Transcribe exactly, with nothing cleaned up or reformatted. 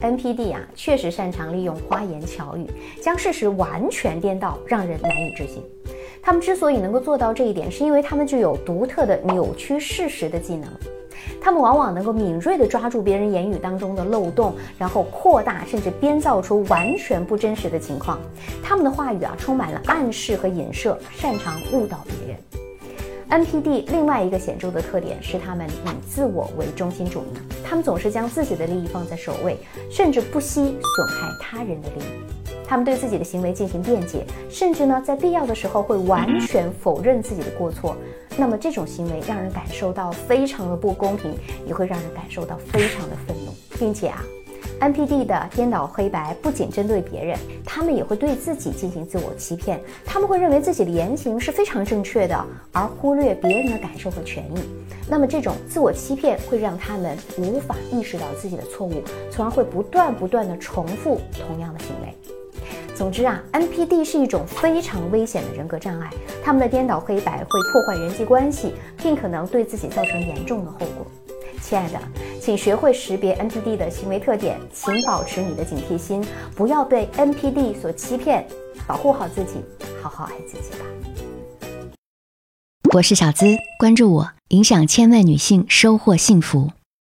N P D 啊，确实擅长利用花言巧语，将事实完全颠倒，让人难以置信。他们之所以能够做到这一点，是因为他们具有独特的扭曲事实的技能。他们往往能够敏锐地抓住别人言语当中的漏洞，然后扩大甚至编造出完全不真实的情况。他们的话语啊，充满了暗示和影射，擅长误导别人。N P D 另外一个显著的特点是，他们以自我为中心主义，他们总是将自己的利益放在首位，甚至不惜损害他人的利益。他们对自己的行为进行辩解，甚至呢，在必要的时候会完全否认自己的过错。那么这种行为让人感受到非常的不公平，也会让人感受到非常的愤怒，并且啊，N P D 的颠倒黑白不仅针对别人，他们也会对自己进行自我欺骗。他们会认为自己的言行是非常正确的，而忽略别人的感受和权益。那么这种自我欺骗会让他们无法意识到自己的错误，从而会不断不断的重复同样的行为。总之啊 ，N P D 是一种非常危险的人格障碍，他们的颠倒黑白会破坏人际关系，并可能对自己造成严重的后果。亲爱的，请学会识别 N P D 的行为特点，请保持你的警惕心，不要被 N P D 所欺骗，保护好自己，好好爱自己吧。 我是小资，关注我，影响千万女性，收获幸福。